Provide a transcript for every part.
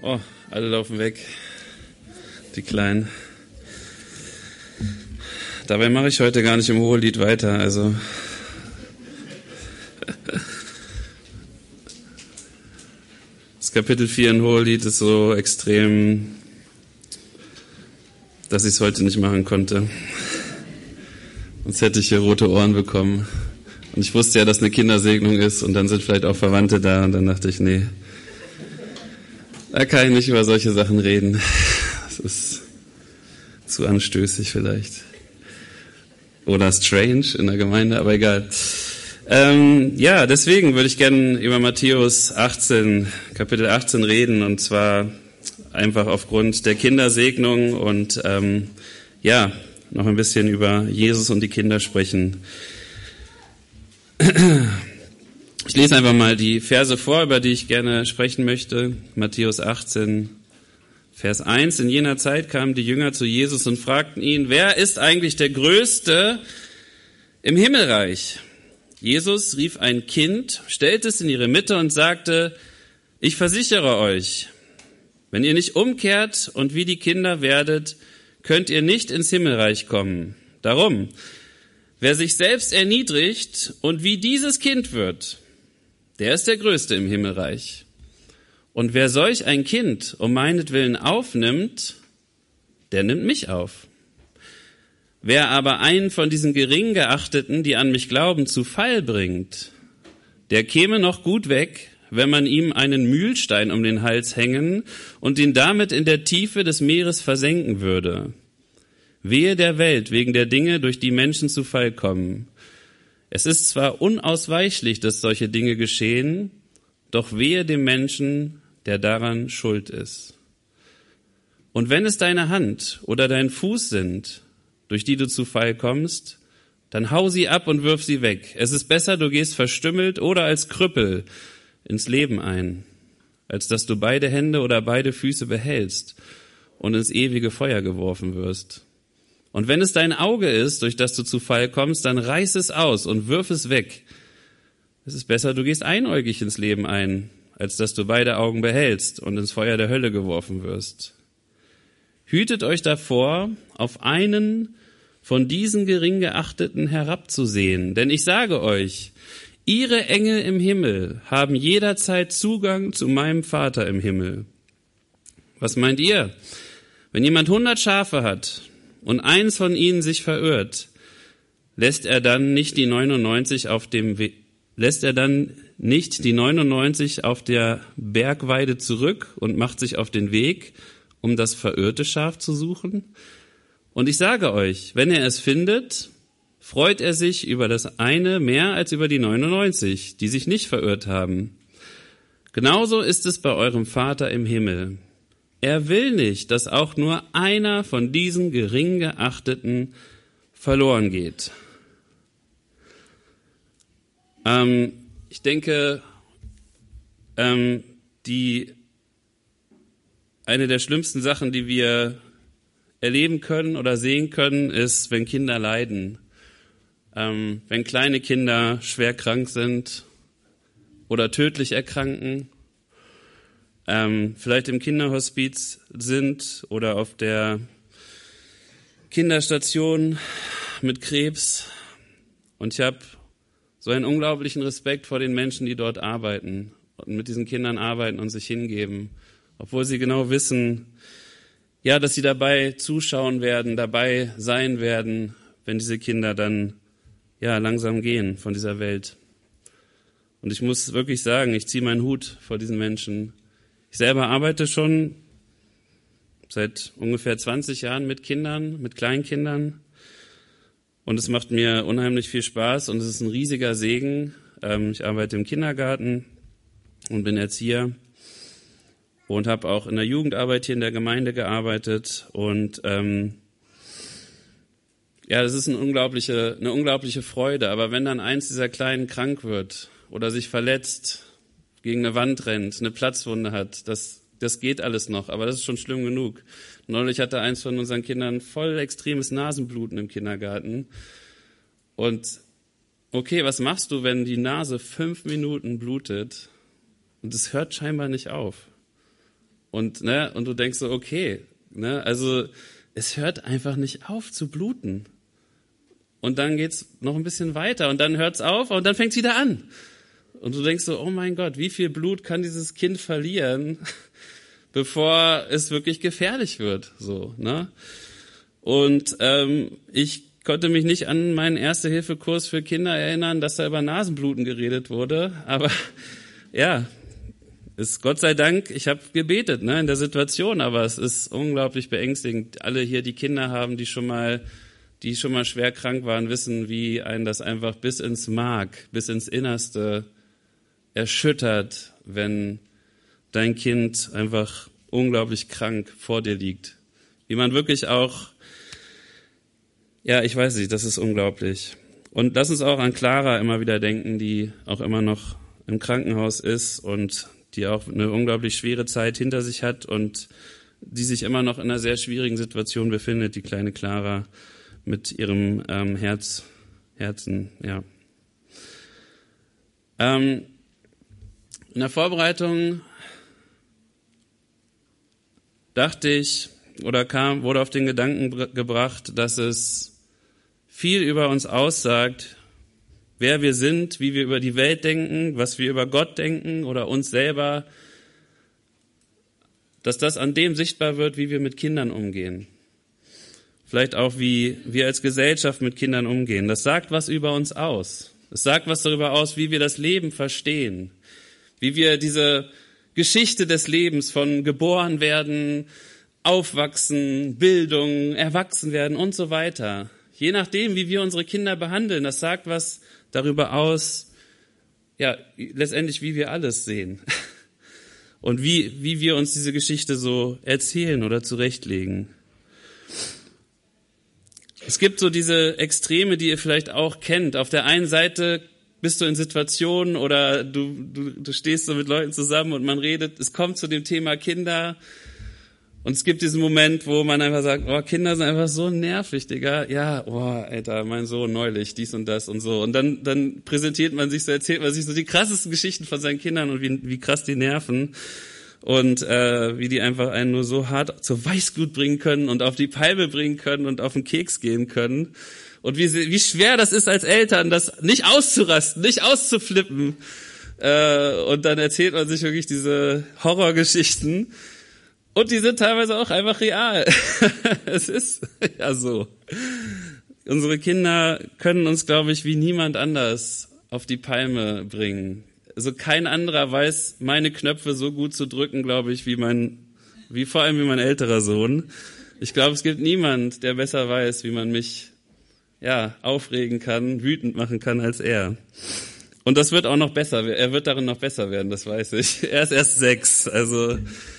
Oh, alle laufen weg. Die Kleinen. Dabei mache ich heute gar nicht im Hohelied weiter, also. Das Kapitel 4 im Hohelied ist so extrem, dass ich es heute nicht machen konnte. Sonst hätte ich hier rote Ohren bekommen. Und ich wusste ja, dass eine Kindersegnung ist und dann sind vielleicht auch Verwandte da und dann dachte ich, nee, da kann ich nicht über solche Sachen reden. Das ist zu anstößig vielleicht. Oder strange in der Gemeinde, aber egal. Ja, deswegen würde ich gerne über Matthäus 18, Kapitel 18 reden und zwar einfach aufgrund der Kindersegnung und ja, noch ein bisschen über Jesus und die Kinder sprechen. Ich lese einfach mal die Verse vor, über die ich gerne sprechen möchte. Matthäus 18, Vers 1. In jener Zeit kamen die Jünger zu Jesus und fragten ihn, wer ist eigentlich der Größte im Himmelreich? Jesus rief ein Kind, stellte es in ihre Mitte und sagte, ich versichere euch, wenn ihr nicht umkehrt und wie die Kinder werdet, könnt ihr nicht ins Himmelreich kommen. Darum, wer sich selbst erniedrigt und wie dieses Kind wird, der ist der Größte im Himmelreich. Und wer solch ein Kind um meinetwillen aufnimmt, der nimmt mich auf. Wer aber einen von diesen gering Geachteten, die an mich glauben, zu Fall bringt, der käme noch gut weg, wenn man ihm einen Mühlstein um den Hals hängen und ihn damit in der Tiefe des Meeres versenken würde. Wehe der Welt wegen der Dinge, durch die Menschen zu Fall kommen. Es ist zwar unausweichlich, dass solche Dinge geschehen, doch wehe dem Menschen, der daran schuld ist. Und wenn es deine Hand oder dein Fuß sind, durch die du zu Fall kommst, dann hau sie ab und wirf sie weg. Es ist besser, du gehst verstümmelt oder als Krüppel ins Leben ein, als dass du beide Hände oder beide Füße behältst und ins ewige Feuer geworfen wirst. Und wenn es dein Auge ist, durch das du zu Fall kommst, dann reiß es aus und wirf es weg. Es ist besser, du gehst einäugig ins Leben ein, als dass du beide Augen behältst und ins Feuer der Hölle geworfen wirst. Hütet euch davor, auf einen von diesen gering Geachteten herabzusehen, denn ich sage euch, ihre Engel im Himmel haben jederzeit Zugang zu meinem Vater im Himmel. Was meint ihr? Wenn jemand 100 Schafe hat und eins von ihnen sich verirrt, lässt er dann nicht die 99 auf der Bergweide zurück und macht sich auf den Weg, um das verirrte Schaf zu suchen? Und ich sage euch, wenn er es findet, freut er sich über das eine mehr als über die 99, die sich nicht verirrt haben. Genauso ist es bei eurem Vater im Himmel. Er will nicht, dass auch nur einer von diesen gering Geachteten verloren geht. Ich denke, eine der schlimmsten Sachen, die wir erleben können oder sehen können, ist, wenn Kinder leiden. Wenn kleine Kinder schwer krank sind oder tödlich erkranken, vielleicht im Kinderhospiz sind oder auf der Kinderstation mit Krebs. Und ich habe so einen unglaublichen Respekt vor den Menschen, die dort arbeiten und mit diesen Kindern arbeiten und sich hingeben, obwohl sie genau wissen, ja, dass sie dabei zuschauen werden, dabei sein werden, wenn diese Kinder dann ja langsam gehen von dieser Welt. Und ich muss wirklich sagen, ich ziehe meinen Hut vor diesen Menschen. Ich selber arbeite schon seit ungefähr 20 Jahren mit Kindern, mit Kleinkindern. Und es macht mir unheimlich viel Spaß und es ist ein riesiger Segen. Ich arbeite im Kindergarten und bin Erzieher und habe auch in der Jugendarbeit hier in der Gemeinde gearbeitet. Und ja, das ist eine unglaubliche Freude. Aber wenn dann eins dieser Kleinen krank wird oder sich verletzt, gegen eine Wand rennt, eine Platzwunde hat, das geht alles noch, aber das ist schon schlimm genug. Neulich hatte eins von unseren Kindern voll extremes Nasenbluten im Kindergarten. Und okay, was machst du, wenn die Nase 5 Minuten blutet und es hört scheinbar nicht auf? Und du denkst so, okay, also es hört einfach nicht auf zu bluten. Und dann geht's noch ein bisschen weiter und dann hört's auf und dann fängt's wieder an. Und du denkst so, oh mein Gott, wie viel Blut kann dieses Kind verlieren, bevor es wirklich gefährlich wird, so, ne? Und ich konnte mich nicht an meinen Erste-Hilfe-Kurs für Kinder erinnern, dass da über Nasenbluten geredet wurde, aber ja, ist Gott sei Dank, ich habe gebetet, in der Situation, aber es ist unglaublich beängstigend. Alle hier, die Kinder haben, die schon mal schwer krank waren, wissen, wie einen das einfach bis ins Mark, bis ins Innerste erschüttert, wenn dein Kind einfach unglaublich krank vor dir liegt. Wie man wirklich auch, ja, ich weiß nicht, das ist unglaublich. Und lass uns auch an Clara immer wieder denken, die auch immer noch im Krankenhaus ist und die auch eine unglaublich schwere Zeit hinter sich hat und die sich immer noch in einer sehr schwierigen Situation befindet, die kleine Clara mit ihrem Herzen, ja. In der Vorbereitung dachte ich wurde auf den Gedanken gebracht, dass es viel über uns aussagt, wer wir sind, wie wir über die Welt denken, was wir über Gott denken oder uns selber, dass das an dem sichtbar wird, wie wir mit Kindern umgehen. Vielleicht auch, wie wir als Gesellschaft mit Kindern umgehen. Das sagt was über uns aus. Es sagt was darüber aus, wie wir das Leben verstehen, wie wir diese Geschichte des Lebens von geboren werden, aufwachsen, Bildung, erwachsen werden und so weiter. Je nachdem, wie wir unsere Kinder behandeln, das sagt was darüber aus, ja, letztendlich, wie wir alles sehen. Und wie wir uns diese Geschichte so erzählen oder zurechtlegen. Es gibt so diese Extreme, die ihr vielleicht auch kennt. Auf der einen Seite bist du in Situationen oder du stehst so mit Leuten zusammen und man redet, es kommt zu dem Thema Kinder. Und es gibt diesen Moment, wo man einfach sagt, oh, Kinder sind einfach so nervig, Digga. Ja, oh, Alter, mein Sohn neulich, dies und das und so. Und dann präsentiert man sich so, erzählt man sich so die krassesten Geschichten von seinen Kindern und wie krass die nerven. Und wie die einfach einen nur so hart zur Weißglut bringen können und auf die Palme bringen können und auf den Keks gehen können. Und wie schwer das ist als Eltern, das nicht auszurasten, nicht auszuflippen. Und dann erzählt man sich wirklich diese Horrorgeschichten. Und die sind teilweise auch einfach real. Es ist ja so. Unsere Kinder können uns, glaube ich, wie niemand anders auf die Palme bringen. Also kein anderer weiß, meine Knöpfe so gut zu drücken, glaube ich, wie vor allem mein älterer Sohn. Ich glaube, es gibt niemand, der besser weiß, wie man mich, ja, aufregen kann, wütend machen kann als er. Und das wird auch noch besser. Er wird darin noch besser werden, das weiß ich. Er ist erst 6, also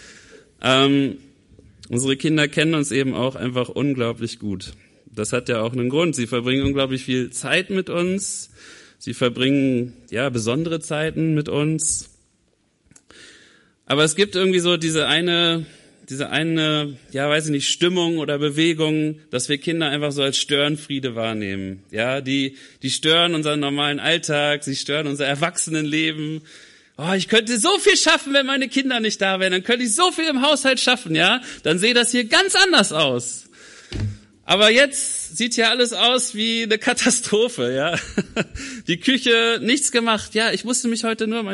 unsere Kinder kennen uns eben auch einfach unglaublich gut. Das hat ja auch einen Grund. Sie verbringen unglaublich viel Zeit mit uns. Sie verbringen, ja, besondere Zeiten mit uns. Aber es gibt irgendwie so diese eine, ja, weiß ich nicht, Stimmung oder Bewegung, dass wir Kinder einfach so als Störenfriede wahrnehmen. Ja, die stören unseren normalen Alltag, sie stören unser Erwachsenenleben. Oh, ich könnte so viel schaffen, wenn meine Kinder nicht da wären. Dann könnte ich so viel im Haushalt schaffen, ja? Dann sähe das hier ganz anders aus. Aber jetzt sieht hier alles aus wie eine Katastrophe, ja? Die Küche, nichts gemacht. Ja, ich musste mich heute nur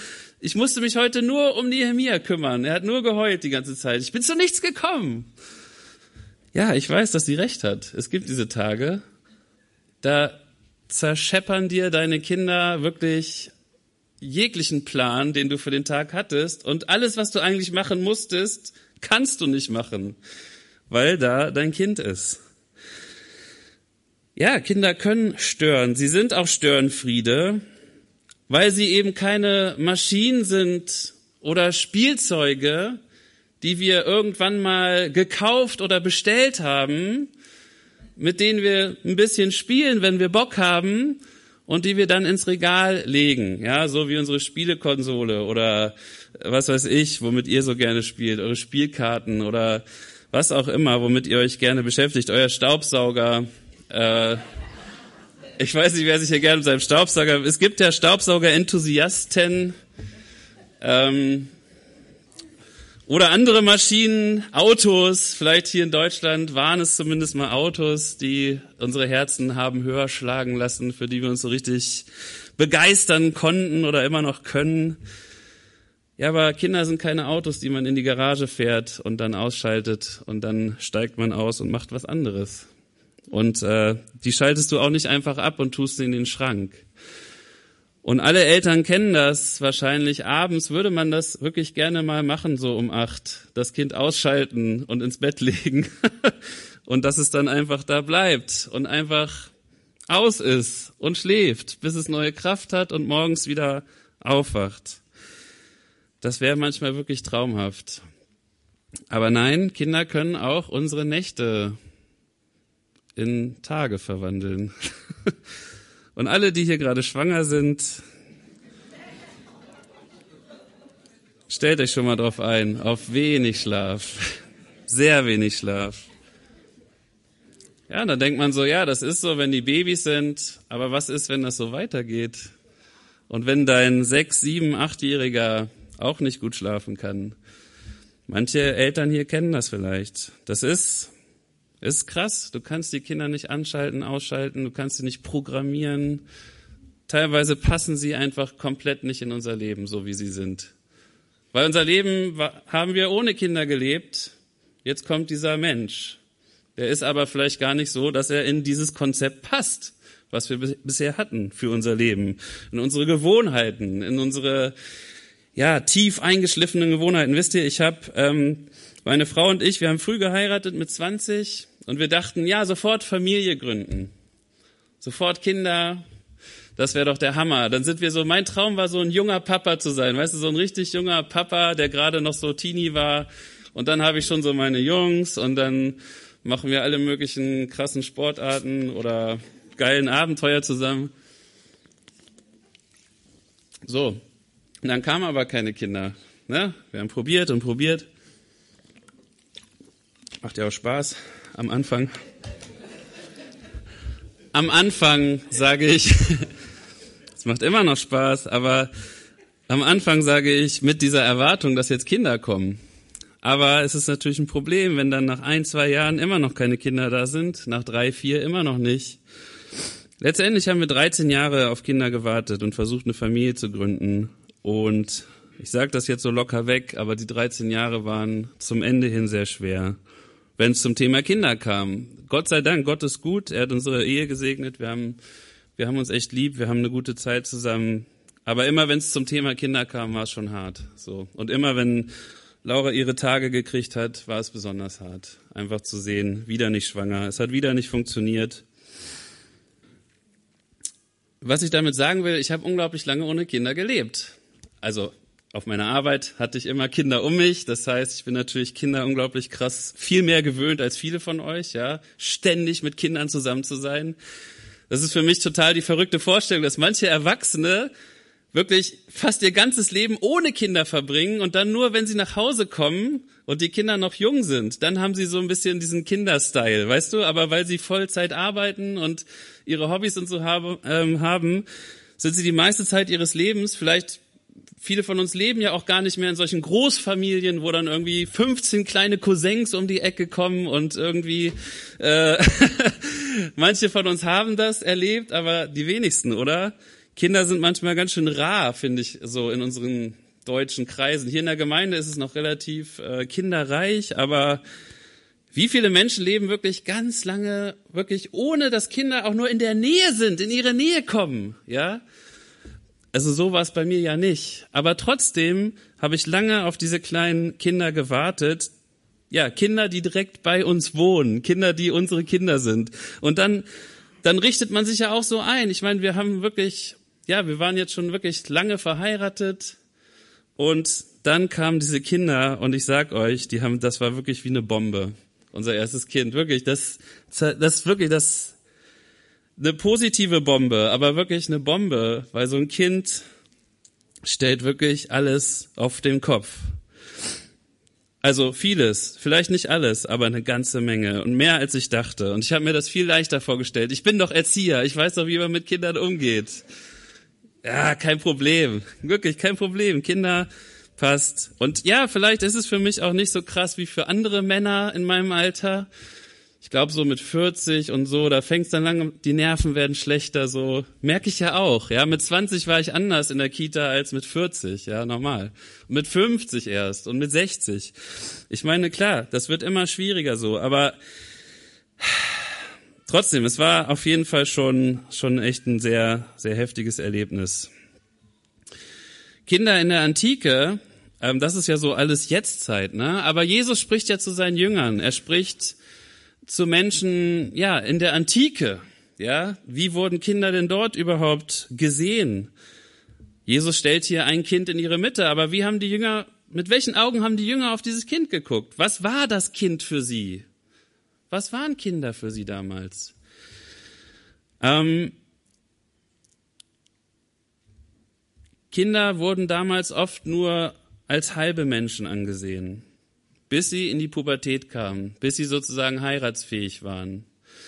um Nehemia kümmern. Er hat nur geheult die ganze Zeit. Ich bin zu nichts gekommen. Ja, ich weiß, dass sie recht hat. Es gibt diese Tage, da zerscheppern dir deine Kinder wirklich jeglichen Plan, den du für den Tag hattest, und alles, was du eigentlich machen musstest, kannst du nicht machen, weil da dein Kind ist. Ja, Kinder können stören. Sie sind auch Störenfriede, weil sie eben keine Maschinen sind oder Spielzeuge, die wir irgendwann mal gekauft oder bestellt haben, mit denen wir ein bisschen spielen, wenn wir Bock haben, und die wir dann ins Regal legen, ja, so wie unsere Spielekonsole oder was weiß ich, womit ihr so gerne spielt, eure Spielkarten oder was auch immer, womit ihr euch gerne beschäftigt, euer Staubsauger. Ich weiß nicht, wer sich hier gerne mit seinem Staubsauger. Es gibt ja Staubsauger-Enthusiasten. Oder andere Maschinen, Autos, vielleicht hier in Deutschland waren es zumindest mal Autos, die unsere Herzen haben höher schlagen lassen, für die wir uns so richtig begeistern konnten oder immer noch können. Ja, aber Kinder sind keine Autos, die man in die Garage fährt und dann ausschaltet und dann steigt man aus und macht was anderes. Und die schaltest du auch nicht einfach ab und tust sie in den Schrank. Und alle Eltern kennen das wahrscheinlich. Abends würde man das wirklich gerne mal machen, so um 8. Das Kind ausschalten und ins Bett legen. Und dass es dann einfach da bleibt und einfach aus ist und schläft, bis es neue Kraft hat und morgens wieder aufwacht. Das wäre manchmal wirklich traumhaft. Aber nein, Kinder können auch unsere Nächte in Tage verwandeln. Und alle, die hier gerade schwanger sind, stellt euch schon mal drauf ein, auf wenig Schlaf, sehr wenig Schlaf. Ja, dann denkt man so, ja, das ist so, wenn die Babys sind, aber was ist, wenn das so weitergeht? Und wenn dein 6-, 7-, 8-Jähriger auch nicht gut schlafen kann? Manche Eltern hier kennen das vielleicht. Das ist krass. Du kannst die Kinder nicht anschalten, ausschalten, du kannst sie nicht programmieren. Teilweise passen sie einfach komplett nicht in unser Leben, so wie sie sind. Weil unser Leben haben wir ohne Kinder gelebt. Jetzt kommt dieser Mensch. Der ist aber vielleicht gar nicht so, dass er in dieses Konzept passt, was wir bisher hatten für unser Leben. In unsere Gewohnheiten, in unsere tief eingeschliffenen Gewohnheiten. Wisst ihr, meine Frau und ich, wir haben früh geheiratet mit 20 und wir dachten, ja, sofort Familie gründen. Sofort Kinder, das wäre doch der Hammer. Dann sind wir so, mein Traum war so ein junger Papa zu sein, weißt du, so ein richtig junger Papa, der gerade noch so Teenie war. Und dann habe ich schon so meine Jungs und dann machen wir alle möglichen krassen Sportarten oder geilen Abenteuer zusammen. So, und dann kamen aber keine Kinder. Ne? Wir haben probiert und probiert. Macht ja auch Spaß am Anfang. Am Anfang sage ich, es macht immer noch Spaß, aber am Anfang sage ich mit dieser Erwartung, dass jetzt Kinder kommen. Aber es ist natürlich ein Problem, wenn dann nach 1, 2 Jahren immer noch keine Kinder da sind, nach 3, 4 immer noch nicht. Letztendlich haben wir 13 Jahre auf Kinder gewartet und versucht, eine Familie zu gründen. Und ich sage das jetzt so locker weg, aber die 13 Jahre waren zum Ende hin sehr schwer, wenn es zum Thema Kinder kam. Gott sei Dank, Gott ist gut, er hat unsere Ehe gesegnet, wir haben uns echt lieb, wir haben eine gute Zeit zusammen. Aber immer wenn es zum Thema Kinder kam, war es schon hart. So. Und immer wenn Laura ihre Tage gekriegt hat, war es besonders hart. Einfach zu sehen, wieder nicht schwanger, es hat wieder nicht funktioniert. Was ich damit sagen will, ich habe unglaublich lange ohne Kinder gelebt. Also auf meiner Arbeit hatte ich immer Kinder um mich. Das heißt, ich bin natürlich Kinder unglaublich krass viel mehr gewöhnt als viele von euch. Ja, ständig mit Kindern zusammen zu sein. Das ist für mich total die verrückte Vorstellung, dass manche Erwachsene wirklich fast ihr ganzes Leben ohne Kinder verbringen und dann nur, wenn sie nach Hause kommen und die Kinder noch jung sind, dann haben sie so ein bisschen diesen Kinderstyle, weißt du? Aber weil sie Vollzeit arbeiten und ihre Hobbys und so haben, sind sie die meiste Zeit ihres Lebens, vielleicht viele von uns leben ja auch gar nicht mehr in solchen Großfamilien, wo dann irgendwie 15 kleine Cousins um die Ecke kommen und irgendwie manche von uns haben das erlebt, aber die wenigsten, oder? Kinder sind manchmal ganz schön rar, finde ich, so in unseren deutschen Kreisen. Hier in der Gemeinde ist es noch relativ kinderreich, aber wie viele Menschen leben wirklich ganz lange, wirklich ohne, dass Kinder auch nur in der Nähe sind, in ihre Nähe kommen, ja? Also so war es bei mir ja nicht. Aber trotzdem habe ich lange auf diese kleinen Kinder gewartet. Ja, Kinder, die direkt bei uns wohnen, Kinder, die unsere Kinder sind. Und dann richtet man sich ja auch so ein. Ich meine, wir waren jetzt schon wirklich lange verheiratet und dann kamen diese Kinder und ich sag euch, das war wirklich wie eine Bombe. Unser erstes Kind, wirklich, das eine positive Bombe, aber wirklich eine Bombe, weil so ein Kind stellt wirklich alles auf den Kopf. Also vieles, vielleicht nicht alles, aber eine ganze Menge und mehr als ich dachte. Und ich habe mir das viel leichter vorgestellt. Ich bin doch Erzieher, ich weiß doch, wie man mit Kindern umgeht. Ja, kein Problem, wirklich kein Problem. Kinder, Passt. Und ja, vielleicht ist es für mich auch nicht so krass wie für andere Männer in meinem Alter. Ich glaube, so mit 40 und so, da fängt's dann langsam, die Nerven werden schlechter, so. Merke ich ja auch, ja. Mit 20 war ich anders in der Kita als mit 40, ja, normal. Und mit 50 erst und mit 60. Ich meine, klar, das wird immer schwieriger so, aber trotzdem, es war auf jeden Fall schon echt ein sehr, sehr heftiges Erlebnis. Kinder in der Antike, das ist ja so alles Jetztzeit, ne? Aber Jesus spricht ja zu seinen Jüngern. Er spricht zu Menschen, ja, in der Antike, ja. Wie wurden Kinder denn dort überhaupt gesehen? Jesus stellt hier ein Kind in ihre Mitte, aber mit welchen Augen haben die Jünger auf dieses Kind geguckt? Was war das Kind für sie? Was waren Kinder für sie damals? Kinder wurden damals oft nur als halbe Menschen angesehen, bis sie in die Pubertät kamen, bis sie sozusagen heiratsfähig waren.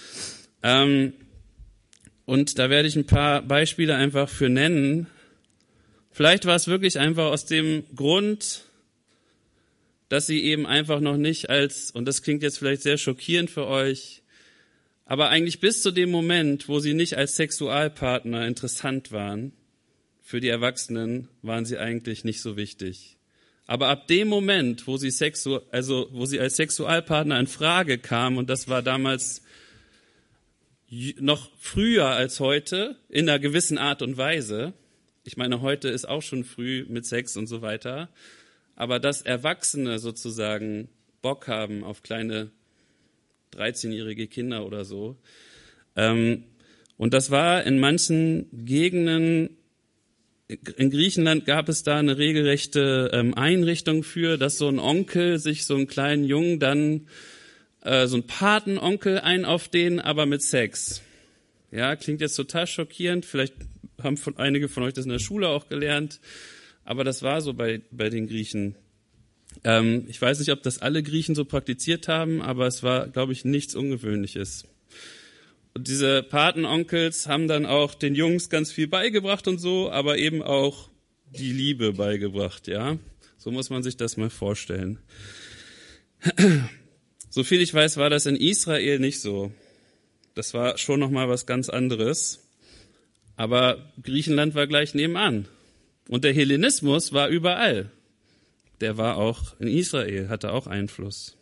Und da werde ich ein paar Beispiele einfach für nennen. Vielleicht war es wirklich einfach aus dem Grund, dass sie eben einfach noch nicht und das klingt jetzt vielleicht sehr schockierend für euch, aber eigentlich bis zu dem Moment, wo sie nicht als Sexualpartner interessant waren, für die Erwachsenen waren sie eigentlich nicht so wichtig. Aber ab dem Moment, wo sie als Sexualpartner in Frage kamen, und das war damals noch früher als heute, in einer gewissen Art und Weise, ich meine, heute ist auch schon früh mit Sex und so weiter, aber dass Erwachsene sozusagen Bock haben auf kleine 13-jährige Kinder oder so. Und das war in manchen Gegenden, in Griechenland gab es da eine regelrechte Einrichtung für, dass so ein Onkel sich so einen kleinen Jungen dann, so ein Patenonkel auf den, aber mit Sex. Ja, klingt jetzt total schockierend, vielleicht haben einige von euch das in der Schule auch gelernt, aber das war so bei den Griechen. Ich weiß nicht, ob das alle Griechen so praktiziert haben, aber es war, glaube ich, nichts Ungewöhnliches. Und diese Patenonkels haben dann auch den Jungs ganz viel beigebracht und so, aber eben auch die Liebe beigebracht, ja. So muss man sich das mal vorstellen. So viel ich weiß, war das in Israel nicht so. Das war schon nochmal was ganz anderes. Aber Griechenland war gleich nebenan. Und der Hellenismus war überall. Der war auch in Israel, hatte auch Einfluss.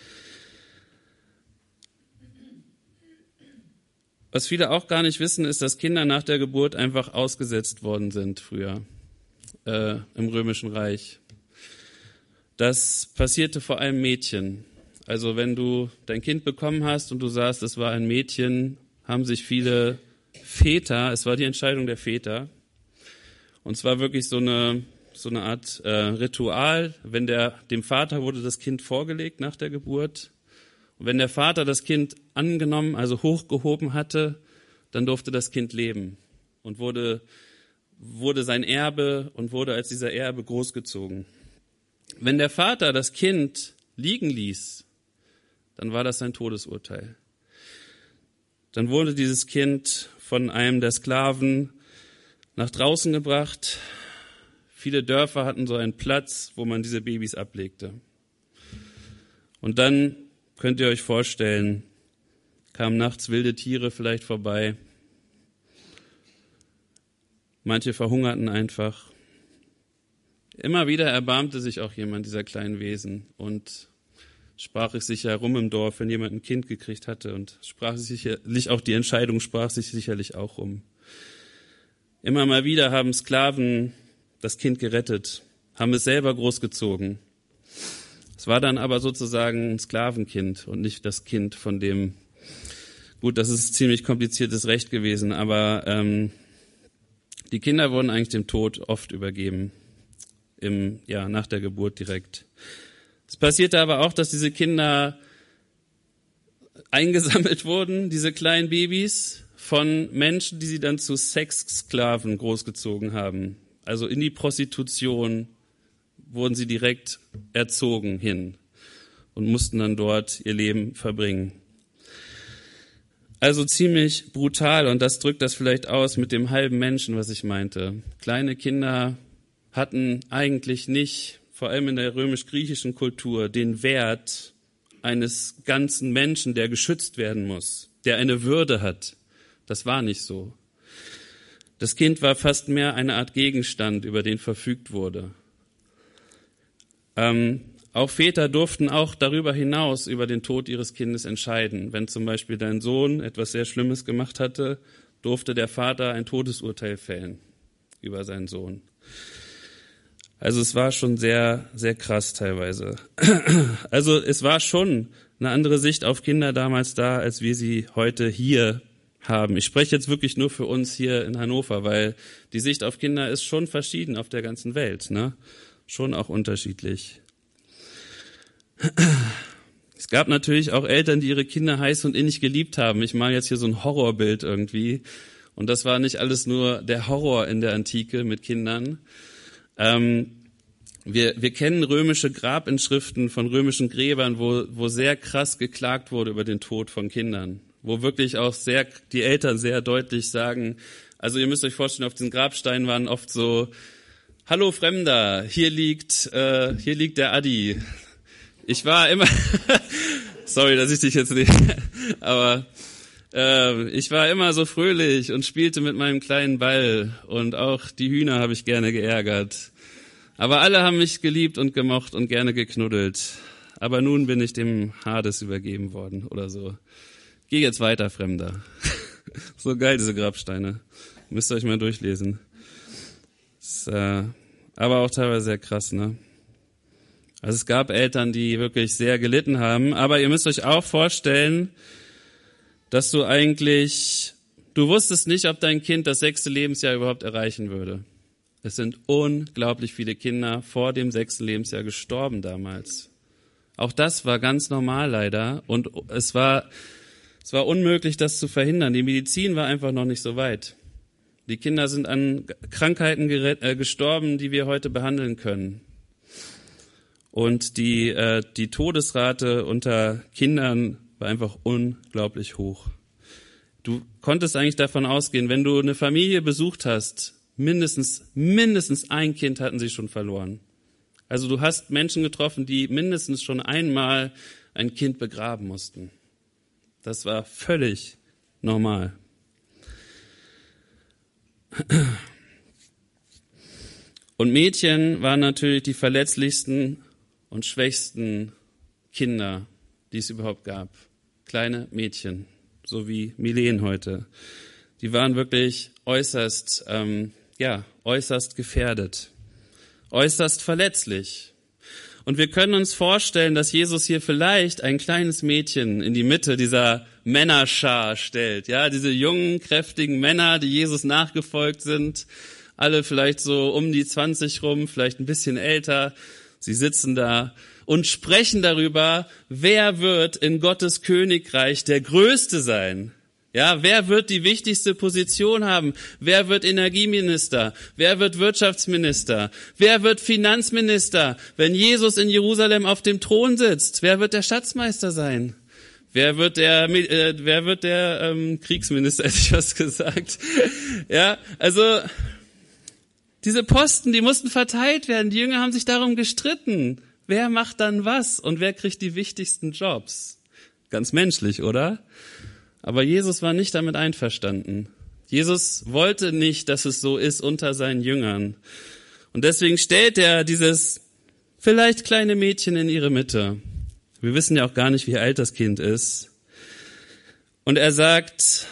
Was viele auch gar nicht wissen, ist, dass Kinder nach der Geburt einfach ausgesetzt worden sind früher im Römischen Reich. Das passierte vor allem Mädchen. Also wenn du dein Kind bekommen hast und du sahst, es war ein Mädchen, haben sich viele Väter, es war die Entscheidung der Väter, und zwar wirklich so eine Art Ritual, dem Vater wurde das Kind vorgelegt nach der Geburt. Und wenn der Vater das Kind angenommen, also hochgehoben hatte, dann durfte das Kind leben und wurde sein Erbe und wurde als dieser Erbe großgezogen. Wenn der Vater das Kind liegen ließ, dann war das sein Todesurteil. Dann wurde dieses Kind von einem der Sklaven nach draußen gebracht. Viele Dörfer hatten so einen Platz, wo man diese Babys ablegte. Und dann könnt ihr euch vorstellen, kamen nachts wilde Tiere vielleicht vorbei. Manche verhungerten einfach. Immer wieder erbarmte sich auch jemand dieser kleinen Wesen und sprach es sich herum im Dorf, wenn jemand ein Kind gekriegt hatte, und sprach sich sicherlich auch die Entscheidung, sprach sich sicherlich auch rum. Immer mal wieder haben Sklaven das Kind gerettet, haben es selber großgezogen. Es war dann aber sozusagen ein Sklavenkind und nicht das Kind von dem, gut, das ist ziemlich kompliziertes Recht gewesen, aber die Kinder wurden eigentlich dem Tod oft übergeben, nach der Geburt direkt. Es passierte aber auch, dass diese Kinder eingesammelt wurden, diese kleinen Babys, von Menschen, die sie dann zu Sexsklaven großgezogen haben. Also in die Prostitution wurden sie direkt erzogen hin und mussten dann dort ihr Leben verbringen. Also ziemlich brutal, und das drückt das vielleicht aus mit dem halben Menschen, was ich meinte. Kleine Kinder hatten eigentlich nicht vor allem in der römisch-griechischen Kultur, den Wert eines ganzen Menschen, der geschützt werden muss, der eine Würde hat. Das war nicht so. Das Kind war fast mehr eine Art Gegenstand, über den verfügt wurde. Auch Väter durften auch darüber hinaus über den Tod ihres Kindes entscheiden. Wenn zum Beispiel dein Sohn etwas sehr Schlimmes gemacht hatte, durfte der Vater ein Todesurteil fällen über seinen Sohn. Also es war schon sehr, sehr krass teilweise. Also es war schon eine andere Sicht auf Kinder damals da, als wir sie heute hier haben. Ich spreche jetzt wirklich nur für uns hier in Hannover, weil die Sicht auf Kinder ist schon verschieden auf der ganzen Welt, ne? Schon auch unterschiedlich. Es gab natürlich auch Eltern, die ihre Kinder heiß und innig geliebt haben. Ich male jetzt hier so ein Horrorbild irgendwie. Und das war nicht alles nur der Horror in der Antike mit Kindern. Wir kennen römische Grabinschriften von römischen Gräbern, wo sehr krass geklagt wurde über den Tod von Kindern. Wo wirklich auch die Eltern sehr deutlich sagen, also ihr müsst euch vorstellen, auf diesen Grabsteinen waren oft so, hallo Fremder, hier liegt der Adi. Ich war immer, sorry, dass ich dich jetzt nicht, aber ich war immer so fröhlich und spielte mit meinem kleinen Ball und auch die Hühner habe ich gerne geärgert. Aber alle haben mich geliebt und gemocht und gerne geknuddelt. Aber nun bin ich dem Hades übergeben worden oder so. Geh jetzt weiter, Fremder. So geil, diese Grabsteine. Müsst ihr euch mal durchlesen. Ist, aber auch teilweise sehr krass, ne? Also es gab Eltern, die wirklich sehr gelitten haben. Aber ihr müsst euch auch vorstellen, dass du wusstest nicht, ob dein Kind das 6. Lebensjahr überhaupt erreichen würde. Es sind unglaublich viele Kinder vor dem 6. Lebensjahr gestorben damals. Auch das war ganz normal leider und es war unmöglich, das zu verhindern. Die Medizin war einfach noch nicht so weit. Die Kinder sind an Krankheiten gestorben, die wir heute behandeln können. Und die Todesrate unter Kindern war einfach unglaublich hoch. Du konntest eigentlich davon ausgehen, wenn du eine Familie besucht hast, mindestens ein Kind hatten sie schon verloren. Also du hast Menschen getroffen, die mindestens schon einmal ein Kind begraben mussten. Das war völlig normal. Und Mädchen waren natürlich die verletzlichsten und schwächsten Kinder, die es überhaupt gab. Kleine Mädchen, so wie Milen heute. Die waren wirklich äußerst gefährdet, äußerst verletzlich. Und wir können uns vorstellen, dass Jesus hier vielleicht ein kleines Mädchen in die Mitte dieser Männerschar stellt. Ja, diese jungen, kräftigen Männer, die Jesus nachgefolgt sind, alle vielleicht so um die 20 rum, vielleicht ein bisschen älter. Sie sitzen da und sprechen darüber, wer wird in Gottes Königreich der Größte sein? Ja, wer wird die wichtigste Position haben? Wer wird Energieminister? Wer wird Wirtschaftsminister? Wer wird Finanzminister, wenn Jesus in Jerusalem auf dem Thron sitzt? Wer wird der Schatzmeister sein? Wer wird der Kriegsminister, hätte ich was gesagt. Ja, also diese Posten, die mussten verteilt werden. Die Jünger haben sich darum gestritten. Wer macht dann was und wer kriegt die wichtigsten Jobs? Ganz menschlich, oder? Aber Jesus war nicht damit einverstanden. Jesus wollte nicht, dass es so ist unter seinen Jüngern. Und deswegen stellt er dieses vielleicht kleine Mädchen in ihre Mitte. Wir wissen ja auch gar nicht, wie alt das Kind ist. Und er sagt,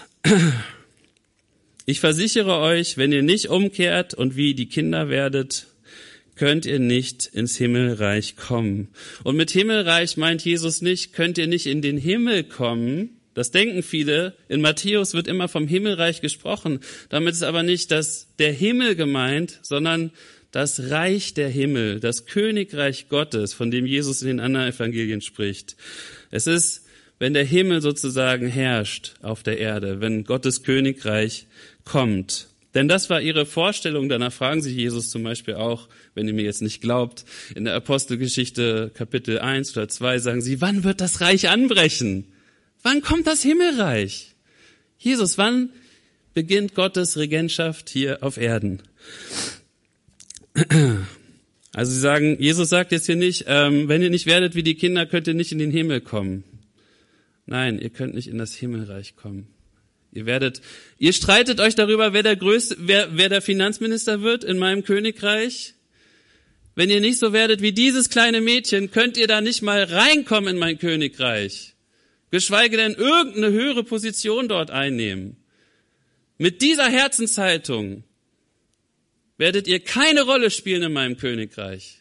ich versichere euch, wenn ihr nicht umkehrt und wie die Kinder werdet, könnt ihr nicht ins Himmelreich kommen. Und mit Himmelreich meint Jesus nicht, könnt ihr nicht in den Himmel kommen. Das denken viele. In Matthäus wird immer vom Himmelreich gesprochen. Damit ist aber nicht der Himmel gemeint, sondern das Reich der Himmel, das Königreich Gottes, von dem Jesus in den anderen Evangelien spricht. Es ist, wenn der Himmel sozusagen herrscht auf der Erde, wenn Gottes Königreich kommt. Denn das war ihre Vorstellung. Danach fragen sie Jesus zum Beispiel auch, wenn ihr mir jetzt nicht glaubt, in der Apostelgeschichte Kapitel 1 oder 2 sagen sie, wann wird das Reich anbrechen? Wann kommt das Himmelreich? Jesus, wann beginnt Gottes Regentschaft hier auf Erden? Also Jesus sagt jetzt hier nicht, wenn ihr nicht werdet wie die Kinder, könnt ihr nicht in den Himmel kommen. Nein, ihr könnt nicht in das Himmelreich kommen. Ihr streitet euch darüber, wer der Finanzminister wird in meinem Königreich. Wenn ihr nicht so werdet wie dieses kleine Mädchen, könnt ihr da nicht mal reinkommen in mein Königreich. Geschweige denn irgendeine höhere Position dort einnehmen. Mit dieser Herzenshaltung werdet ihr keine Rolle spielen in meinem Königreich.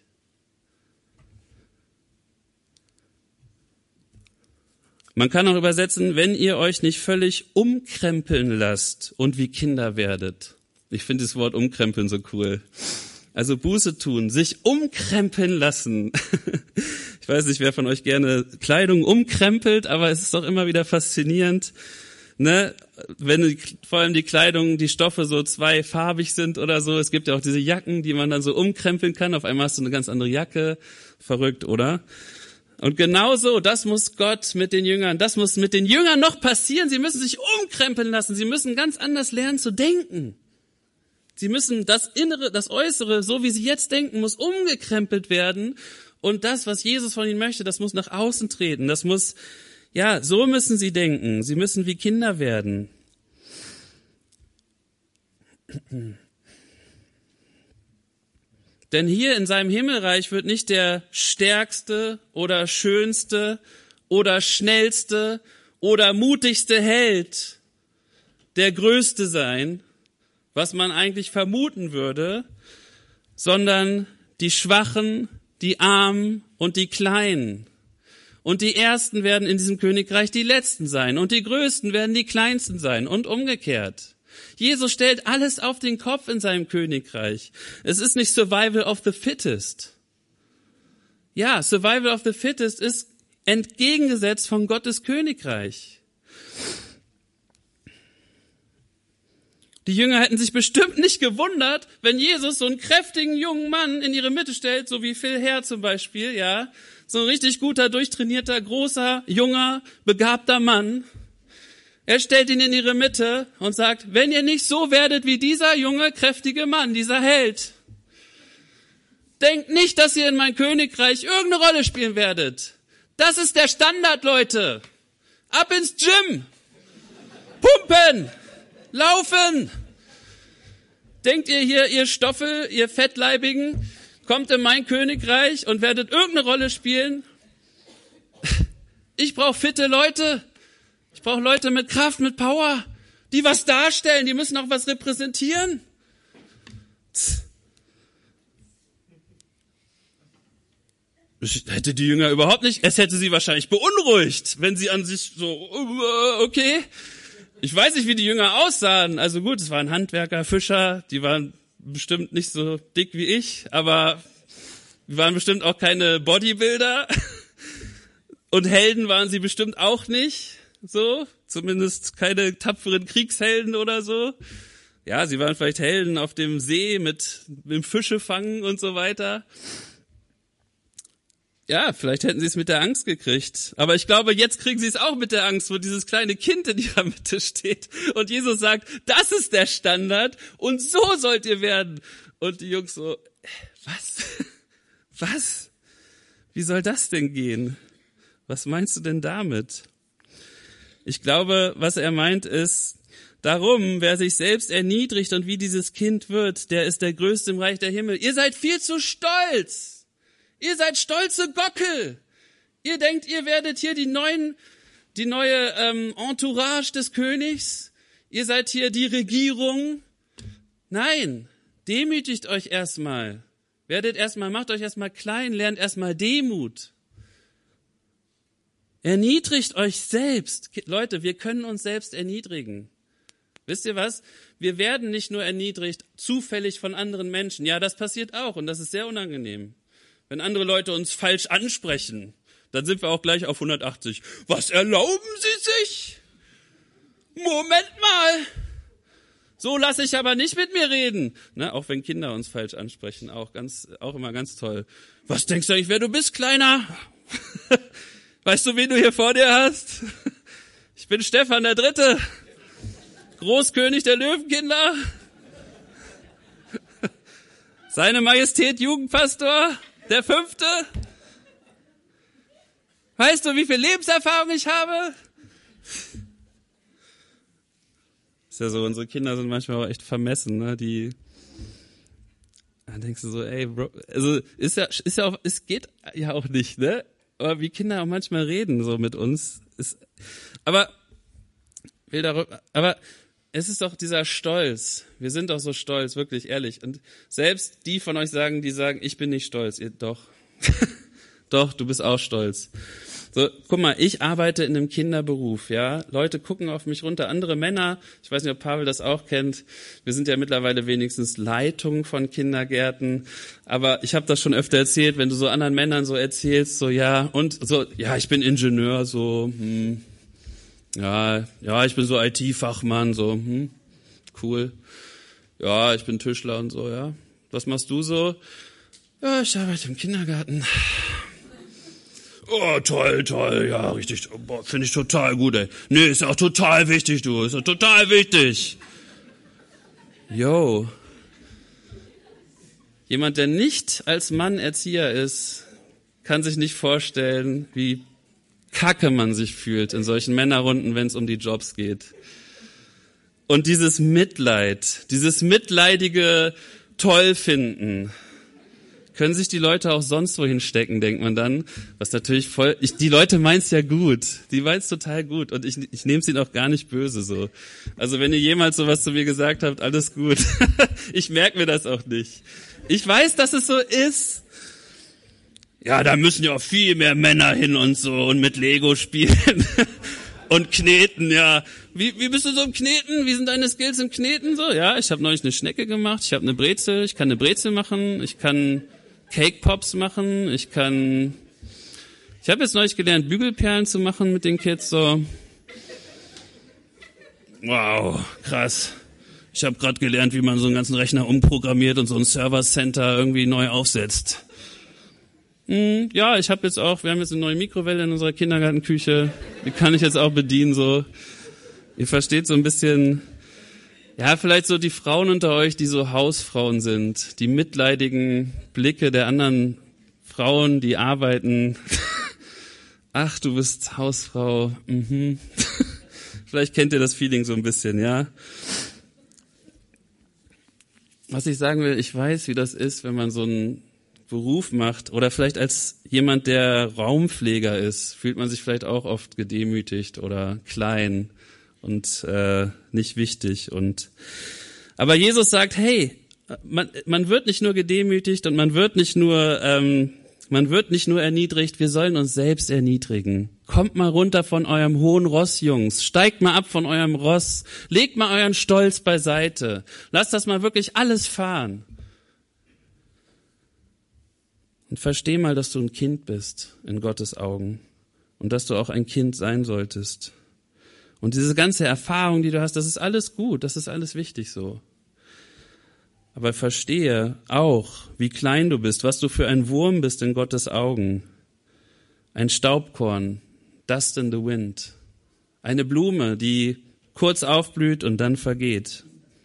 Man kann auch übersetzen, wenn ihr euch nicht völlig umkrempeln lasst und wie Kinder werdet. Ich finde das Wort umkrempeln so cool. Also Buße tun, sich umkrempeln lassen. Ich weiß nicht, wer von euch gerne Kleidung umkrempelt, aber es ist doch immer wieder faszinierend, ne? Wenn vor allem die Kleidung, die Stoffe so zweifarbig sind oder so. Es gibt ja auch diese Jacken, die man dann so umkrempeln kann. Auf einmal hast du eine ganz andere Jacke. Verrückt, oder? Und genauso, das muss Gott mit den Jüngern, das muss mit den Jüngern noch passieren. Sie müssen sich umkrempeln lassen. Sie müssen ganz anders lernen zu denken. Sie müssen das Innere, das Äußere, so wie sie jetzt denken, muss umgekrempelt werden. Und das, was Jesus von ihnen möchte, das muss nach außen treten. Das muss, ja, so müssen sie denken. Sie müssen wie Kinder werden. Denn hier in seinem Himmelreich wird nicht der stärkste oder schönste oder schnellste oder mutigste Held der Größte sein, was man eigentlich vermuten würde, sondern die Schwachen, die Armen und die Kleinen. Und die Ersten werden in diesem Königreich die Letzten sein und die Größten werden die Kleinsten sein und umgekehrt. Jesus stellt alles auf den Kopf in seinem Königreich. Es ist nicht Survival of the Fittest. Ja, Survival of the Fittest ist entgegengesetzt von Gottes Königreich. Die Jünger hätten sich bestimmt nicht gewundert, wenn Jesus so einen kräftigen jungen Mann in ihre Mitte stellt, so wie Phil Herr zum Beispiel, ja. So ein richtig guter, durchtrainierter, großer, junger, begabter Mann. Er stellt ihn in ihre Mitte und sagt, wenn ihr nicht so werdet wie dieser junge, kräftige Mann, dieser Held, denkt nicht, dass ihr in mein Königreich irgendeine Rolle spielen werdet. Das ist der Standard, Leute. Ab ins Gym. Pumpen. Laufen! Denkt ihr hier, ihr Stoffel, ihr Fettleibigen, kommt in mein Königreich und werdet irgendeine Rolle spielen? Ich brauche fitte Leute. Ich brauche Leute mit Kraft, mit Power, die was darstellen, die müssen auch was repräsentieren. Das hätte die Jünger überhaupt nicht, es hätte sie wahrscheinlich beunruhigt, wenn sie an sich so, okay. Ich weiß nicht, wie die Jünger aussahen. Also gut, es waren Handwerker, Fischer, die waren bestimmt nicht so dick wie ich, aber wir waren bestimmt auch keine Bodybuilder. Und Helden waren sie bestimmt auch nicht, so. Zumindest keine tapferen Kriegshelden oder so. Ja, sie waren vielleicht Helden auf dem See mit dem Fischefangen und so weiter. Ja, vielleicht hätten sie es mit der Angst gekriegt. Aber ich glaube, jetzt kriegen sie es auch mit der Angst, wo dieses kleine Kind in ihrer Mitte steht. Und Jesus sagt, das ist der Standard und so sollt ihr werden. Und die Jungs so, was? Was? Wie soll das denn gehen? Was meinst du denn damit? Ich glaube, was er meint ist, darum, wer sich selbst erniedrigt und wie dieses Kind wird, der ist der Größte im Reich der Himmel. Ihr seid viel zu stolz. Ihr seid stolze Gockel. Ihr denkt, ihr werdet hier die neue Entourage des Königs. Ihr seid hier die Regierung. Nein, demütigt euch erstmal. Macht euch erstmal klein, lernt erstmal Demut. Erniedrigt euch selbst. Leute, wir können uns selbst erniedrigen. Wisst ihr was? Wir werden nicht nur erniedrigt, zufällig von anderen Menschen. Ja, das passiert auch und das ist sehr unangenehm. Wenn andere Leute uns falsch ansprechen, dann sind wir auch gleich auf 180. Was erlauben Sie sich? Moment mal. So lasse ich aber nicht mit mir reden. Ne, auch wenn Kinder uns falsch ansprechen, auch immer ganz toll. Was denkst du eigentlich, wer du bist, Kleiner? Weißt du, wen du hier vor dir hast? Ich bin Stefan der Dritte, Großkönig der Löwenkinder. Seine Majestät Jugendpastor, der 5. Weißt du, wie viel Lebenserfahrung ich habe? Ist ja so, unsere Kinder sind manchmal auch echt vermessen, ne? Da denkst du so, ey, Bro, also ist ja auch, es geht ja auch nicht, ne? Aber wie Kinder auch manchmal reden so mit uns, aber es ist doch dieser Stolz. Wir sind doch so stolz, wirklich ehrlich. Und selbst die von euch die sagen, ich bin nicht stolz. Doch. Doch, du bist auch stolz. So, guck mal, ich arbeite in einem Kinderberuf, ja. Leute gucken auf mich runter, andere Männer, ich weiß nicht, ob Pavel das auch kennt. Wir sind ja mittlerweile wenigstens Leitung von Kindergärten. Aber ich habe das schon öfter erzählt, wenn du so anderen Männern so erzählst, so ja, und so, ja, ich bin Ingenieur, so, ja, ich bin so IT-Fachmann, so, cool. Ja, ich bin Tischler und so, ja. Was machst du so? Ja, ich arbeite im Kindergarten. Oh, toll, ja, richtig, finde ich total gut, ey. Nee, ist ja auch total wichtig, du, ist ja total wichtig. Yo. Jemand, der nicht als Mann Erzieher ist, kann sich nicht vorstellen, wie kacke man sich fühlt in solchen Männerrunden, wenn es um die Jobs geht. Und dieses Mitleid, dieses mitleidige Tollfinden, können sich die Leute auch sonst wohin stecken, denkt man dann. Was natürlich die Leute meinen's ja gut. Die meinen's total gut. Und ich nehme es ihnen auch gar nicht böse so. Also wenn ihr jemals sowas zu mir gesagt habt, alles gut. Ich merke mir das auch nicht. Ich weiß, dass es so ist. Ja, da müssen ja auch viel mehr Männer hin und so und mit Lego spielen. Und kneten, ja. Wie bist du so im Kneten? Wie sind deine Skills im Kneten so? Ja, ich habe neulich eine Schnecke gemacht, ich habe eine Brezel, ich kann eine Brezel machen, ich kann Cake Pops machen, ich habe jetzt neulich gelernt, Bügelperlen zu machen mit den Kids, so. Wow, krass. Ich habe gerade gelernt, wie man so einen ganzen Rechner umprogrammiert und so ein Server Center irgendwie neu aufsetzt. Ja, wir haben jetzt eine neue Mikrowelle in unserer Kindergartenküche. Die kann ich jetzt auch bedienen, so. Ihr versteht so ein bisschen, ja, vielleicht so die Frauen unter euch, die so Hausfrauen sind, die mitleidigen Blicke der anderen Frauen, die arbeiten. Ach, du bist Hausfrau. Vielleicht kennt ihr das Feeling so ein bisschen, ja. Was ich sagen will, ich weiß, wie das ist, wenn man so einen Beruf macht oder vielleicht als jemand, der Raumpfleger ist, fühlt man sich vielleicht auch oft gedemütigt oder klein und nicht wichtig. Aber Jesus sagt, hey, man wird nicht nur gedemütigt und man wird nicht nur erniedrigt, wir sollen uns selbst erniedrigen. Kommt mal runter von eurem hohen Ross, Jungs. Steigt mal ab von eurem Ross. Legt mal euren Stolz beiseite. Lasst das mal wirklich alles fahren. Und versteh mal, dass du ein Kind bist in Gottes Augen und dass du auch ein Kind sein solltest. Und diese ganze Erfahrung, die du hast, das ist alles gut, das ist alles wichtig so. Aber verstehe auch, wie klein du bist, was du für ein Wurm bist in Gottes Augen. Ein Staubkorn, dust in the wind. Eine Blume, die kurz aufblüht und dann vergeht.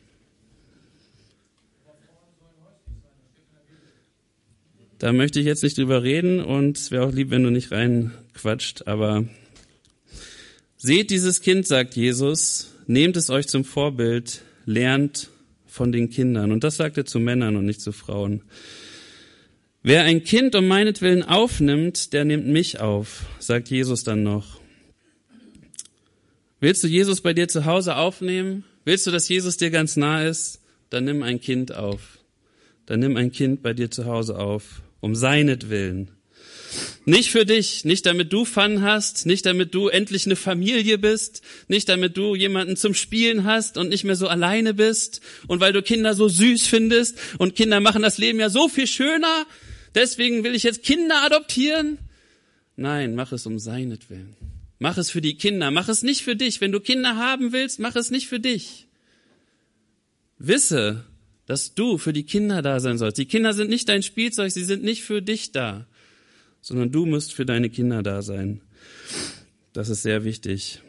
Da möchte ich jetzt nicht drüber reden und es wäre auch lieb, wenn du nicht reinquatscht, aber seht dieses Kind, sagt Jesus, nehmt es euch zum Vorbild, lernt von den Kindern. Und das sagt er zu Männern und nicht zu Frauen. Wer ein Kind um meinetwillen aufnimmt, der nimmt mich auf, sagt Jesus dann noch. Willst du Jesus bei dir zu Hause aufnehmen? Willst du, dass Jesus dir ganz nah ist? Dann nimm ein Kind auf. Dann nimm ein Kind bei dir zu Hause auf, um seinetwillen. Nicht für dich, nicht damit du Fun hast, nicht damit du endlich eine Familie bist, nicht damit du jemanden zum Spielen hast und nicht mehr so alleine bist und weil du Kinder so süß findest und Kinder machen das Leben ja so viel schöner, deswegen will ich jetzt Kinder adoptieren. Nein, mach es um seinetwillen. Mach es für die Kinder, mach es nicht für dich. Wenn du Kinder haben willst, mach es nicht für dich. Wisse, dass du für die Kinder da sein sollst. Die Kinder sind nicht dein Spielzeug, sie sind nicht für dich da, sondern du musst für deine Kinder da sein. Das ist sehr wichtig.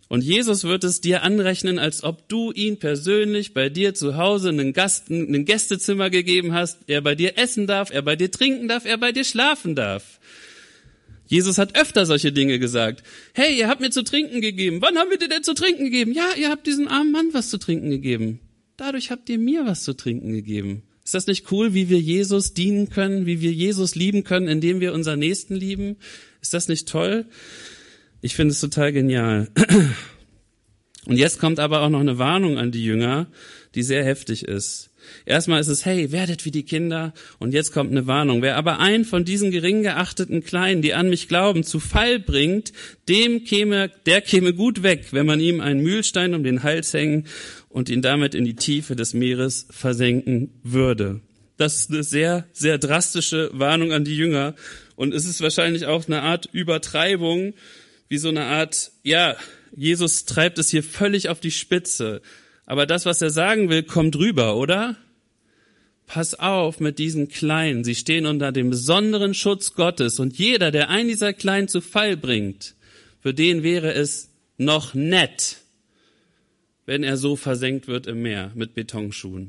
Und Jesus wird es dir anrechnen, als ob du ihn persönlich bei dir zu Hause ein Gästezimmer gegeben hast, er bei dir essen darf, er bei dir trinken darf, er bei dir schlafen darf. Jesus hat öfter solche Dinge gesagt. Hey, ihr habt mir zu trinken gegeben. Wann haben wir dir denn zu trinken gegeben? Ja, ihr habt diesem armen Mann was zu trinken gegeben. Dadurch habt ihr mir was zu trinken gegeben. Ist das nicht cool, wie wir Jesus dienen können, wie wir Jesus lieben können, indem wir unseren Nächsten lieben? Ist das nicht toll? Ich finde es total genial. Und jetzt kommt aber auch noch eine Warnung an die Jünger, die sehr heftig ist. Erstmal ist es, hey, werdet wie die Kinder. Und jetzt kommt eine Warnung. Wer aber einen von diesen gering geachteten Kleinen, die an mich glauben, zu Fall bringt, der käme gut weg, wenn man ihm einen Mühlstein um den Hals hängen und ihn damit in die Tiefe des Meeres versenken würde. Das ist eine sehr, sehr drastische Warnung an die Jünger. Und es ist wahrscheinlich auch eine Art Übertreibung, wie so eine Art, ja, Jesus treibt es hier völlig auf die Spitze. Aber das, was er sagen will, kommt rüber, oder? Pass auf mit diesen Kleinen. Sie stehen unter dem besonderen Schutz Gottes. Und jeder, der einen dieser Kleinen zu Fall bringt, für den wäre es noch nett, wenn er so versenkt wird im Meer mit Betonschuhen.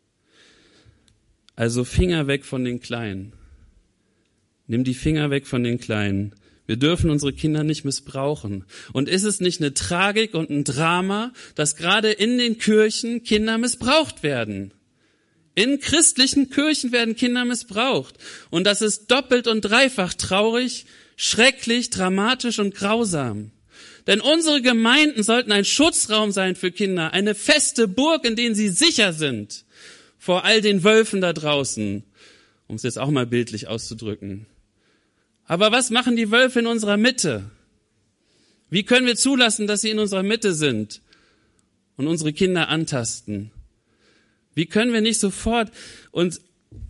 Also Finger weg von den Kleinen. Nimm die Finger weg von den Kleinen. Wir dürfen unsere Kinder nicht missbrauchen. Und ist es nicht eine Tragik und ein Drama, dass gerade in den Kirchen Kinder missbraucht werden? In christlichen Kirchen werden Kinder missbraucht. Und das ist doppelt und dreifach traurig, schrecklich, dramatisch und grausam. Denn unsere Gemeinden sollten ein Schutzraum sein für Kinder, eine feste Burg, in denen sie sicher sind vor all den Wölfen da draußen, um es jetzt auch mal bildlich auszudrücken. Aber was machen die Wölfe in unserer Mitte? Wie können wir zulassen, dass sie in unserer Mitte sind und unsere Kinder antasten? Wie können wir nicht sofort uns...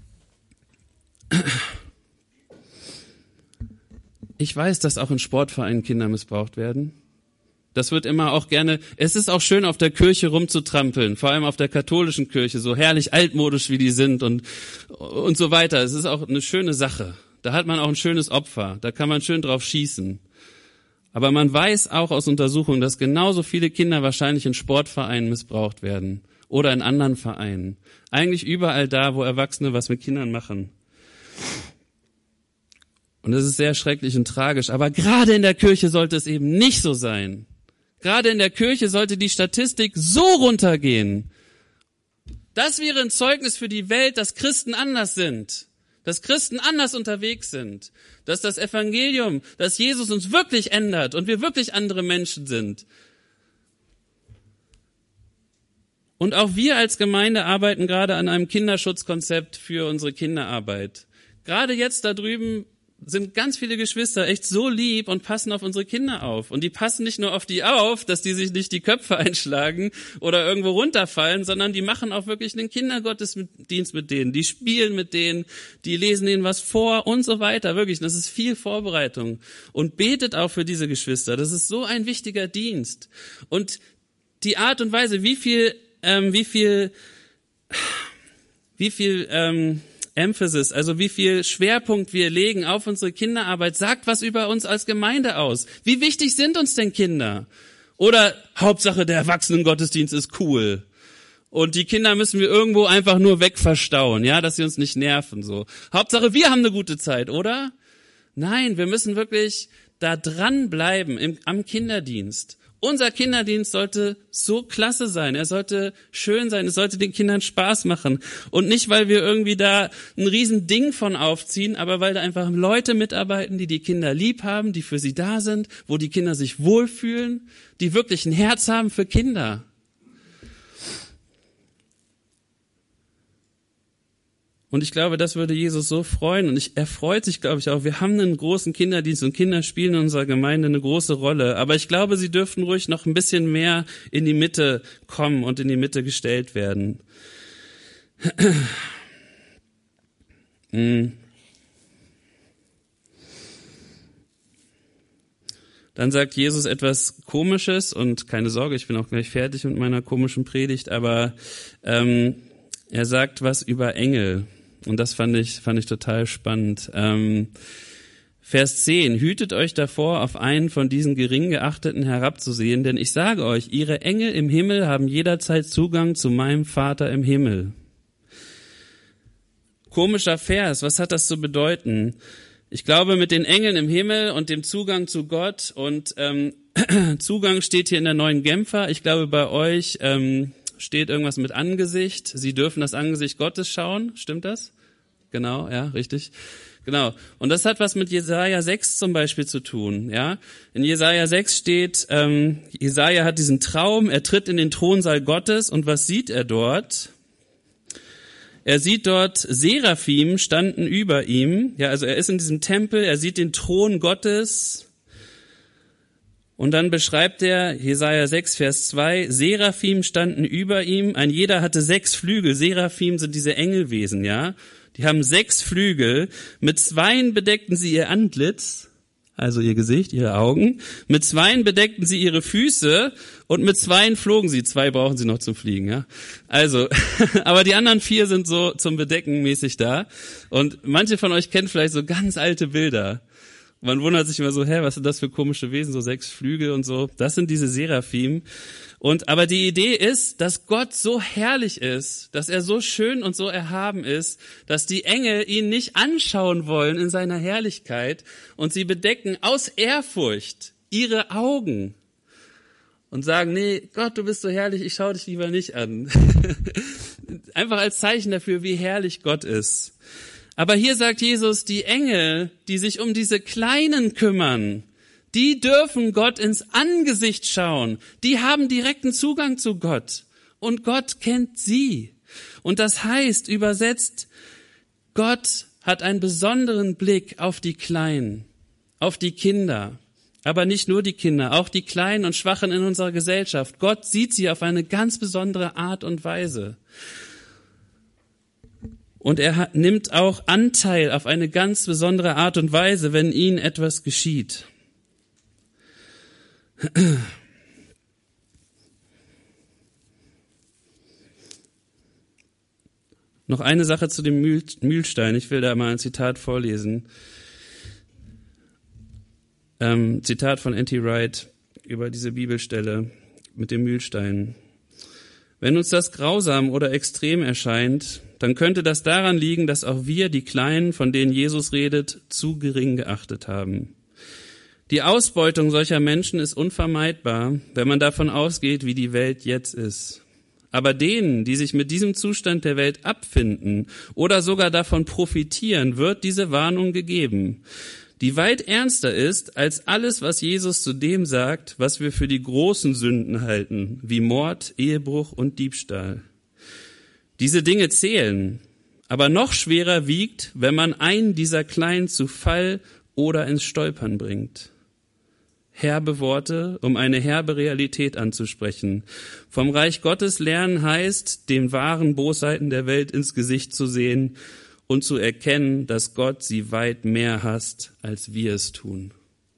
Ich weiß, dass auch in Sportvereinen Kinder missbraucht werden. Das wird immer auch gerne... Es ist auch schön, auf der Kirche rumzutrampeln, vor allem auf der katholischen Kirche, so herrlich altmodisch wie die sind und so weiter. Es ist auch eine schöne Sache. Da hat man auch ein schönes Opfer, da kann man schön drauf schießen. Aber man weiß auch aus Untersuchungen, dass genauso viele Kinder wahrscheinlich in Sportvereinen missbraucht werden oder in anderen Vereinen. Eigentlich überall da, wo Erwachsene was mit Kindern machen. Und das ist sehr schrecklich und tragisch. Aber gerade in der Kirche sollte es eben nicht so sein. Gerade in der Kirche sollte die Statistik so runtergehen. Das wäre ein Zeugnis für die Welt, dass Christen anders sind. Dass Christen anders unterwegs sind, dass das Evangelium, dass Jesus uns wirklich ändert und wir wirklich andere Menschen sind. Und auch wir als Gemeinde arbeiten gerade an einem Kinderschutzkonzept für unsere Kinderarbeit. Gerade jetzt da drüben sind ganz viele Geschwister echt so lieb und passen auf unsere Kinder auf. Und die passen nicht nur auf die auf, dass die sich nicht die Köpfe einschlagen oder irgendwo runterfallen, sondern die machen auch wirklich einen Kindergottesdienst mit denen. Die spielen mit denen, die lesen denen was vor und so weiter. Wirklich, das ist viel Vorbereitung. Und betet auch für diese Geschwister. Das ist so ein wichtiger Dienst. Und die Art und Weise, wie viel Emphasis, also wie viel Schwerpunkt wir legen auf unsere Kinderarbeit, sagt was über uns als Gemeinde aus. Wie wichtig sind uns denn Kinder? Oder Hauptsache der Erwachsenengottesdienst ist cool. Und die Kinder müssen wir irgendwo einfach nur wegverstauen, ja, dass sie uns nicht nerven, so. Hauptsache wir haben eine gute Zeit, oder? Nein, wir müssen wirklich da dran bleiben am Kinderdienst. Unser Kinderdienst sollte so klasse sein, er sollte schön sein, es sollte den Kindern Spaß machen. Und nicht, weil wir irgendwie da ein riesen Ding von aufziehen, aber weil da einfach Leute mitarbeiten, die die Kinder lieb haben, die für sie da sind, wo die Kinder sich wohlfühlen, die wirklich ein Herz haben für Kinder. Und ich glaube, das würde Jesus so freuen. Und er freut sich, glaube ich, auch. Wir haben einen großen Kinderdienst und Kinder spielen in unserer Gemeinde eine große Rolle. Aber ich glaube, sie dürften ruhig noch ein bisschen mehr in die Mitte kommen und in die Mitte gestellt werden. Dann sagt Jesus etwas Komisches und keine Sorge, ich bin auch gleich fertig mit meiner komischen Predigt, aber er sagt was über Engel. Und das fand ich total spannend. Vers 10, hütet euch davor, auf einen von diesen gering geachteten herabzusehen, denn ich sage euch, ihre Engel im Himmel haben jederzeit Zugang zu meinem Vater im Himmel. Komischer Vers, was hat das zu bedeuten? Ich glaube, mit den Engeln im Himmel und dem Zugang zu Gott und Zugang steht hier in der Neuen Genfer. Ich glaube, bei euch steht irgendwas mit Angesicht. Sie dürfen das Angesicht Gottes schauen. Stimmt das? Genau, ja, richtig. Genau. Und das hat was mit Jesaja 6 zum Beispiel zu tun. Ja, in Jesaja 6 steht, Jesaja hat diesen Traum, er tritt in den Thronsaal Gottes und was sieht er dort? Er sieht dort Seraphim standen über ihm. Ja, also er ist in diesem Tempel, er sieht den Thron Gottes. Und dann beschreibt er, Jesaja 6, Vers 2, Seraphim standen über ihm, ein jeder hatte 6 Flügel. Seraphim sind diese Engelwesen, ja. Die haben 6 Flügel. Mit 2 bedeckten sie ihr Antlitz, also ihr Gesicht, ihre Augen. Mit 2 bedeckten sie ihre Füße und mit 2 flogen sie. 2 brauchen sie noch zum Fliegen, ja. Also, aber die anderen 4 sind so zum Bedecken mäßig da. Und manche von euch kennen vielleicht so ganz alte Bilder. Man wundert sich immer so, was sind das für komische Wesen, so 6 Flügel und so. Das sind diese Seraphim. Aber die Idee ist, dass Gott so herrlich ist, dass er so schön und so erhaben ist, dass die Engel ihn nicht anschauen wollen in seiner Herrlichkeit und sie bedecken aus Ehrfurcht ihre Augen und sagen, nee, Gott, du bist so herrlich, ich schaue dich lieber nicht an. Einfach als Zeichen dafür, wie herrlich Gott ist. Aber hier sagt Jesus, die Engel, die sich um diese Kleinen kümmern, die dürfen Gott ins Angesicht schauen. Die haben direkten Zugang zu Gott. Und Gott kennt sie. Und das heißt, übersetzt, Gott hat einen besonderen Blick auf die Kleinen, auf die Kinder. Aber nicht nur die Kinder, auch die Kleinen und Schwachen in unserer Gesellschaft. Gott sieht sie auf eine ganz besondere Art und Weise. Und er nimmt auch Anteil auf eine ganz besondere Art und Weise, wenn ihnen etwas geschieht. Noch eine Sache zu dem Mühlstein. Ich will da mal ein Zitat vorlesen. Zitat von N.T. Wright über diese Bibelstelle mit dem Mühlstein. Wenn uns das grausam oder extrem erscheint, dann könnte das daran liegen, dass auch wir, die Kleinen, von denen Jesus redet, zu gering geachtet haben. Die Ausbeutung solcher Menschen ist unvermeidbar, wenn man davon ausgeht, wie die Welt jetzt ist. Aber denen, die sich mit diesem Zustand der Welt abfinden oder sogar davon profitieren, wird diese Warnung gegeben, die weit ernster ist als alles, was Jesus zu dem sagt, was wir für die großen Sünden halten, wie Mord, Ehebruch und Diebstahl. Diese Dinge zählen, aber noch schwerer wiegt, wenn man einen dieser Kleinen zu Fall oder ins Stolpern bringt. Herbe Worte, um eine herbe Realität anzusprechen. Vom Reich Gottes lernen heißt, den wahren Bosheiten der Welt ins Gesicht zu sehen und zu erkennen, dass Gott sie weit mehr hasst, als wir es tun.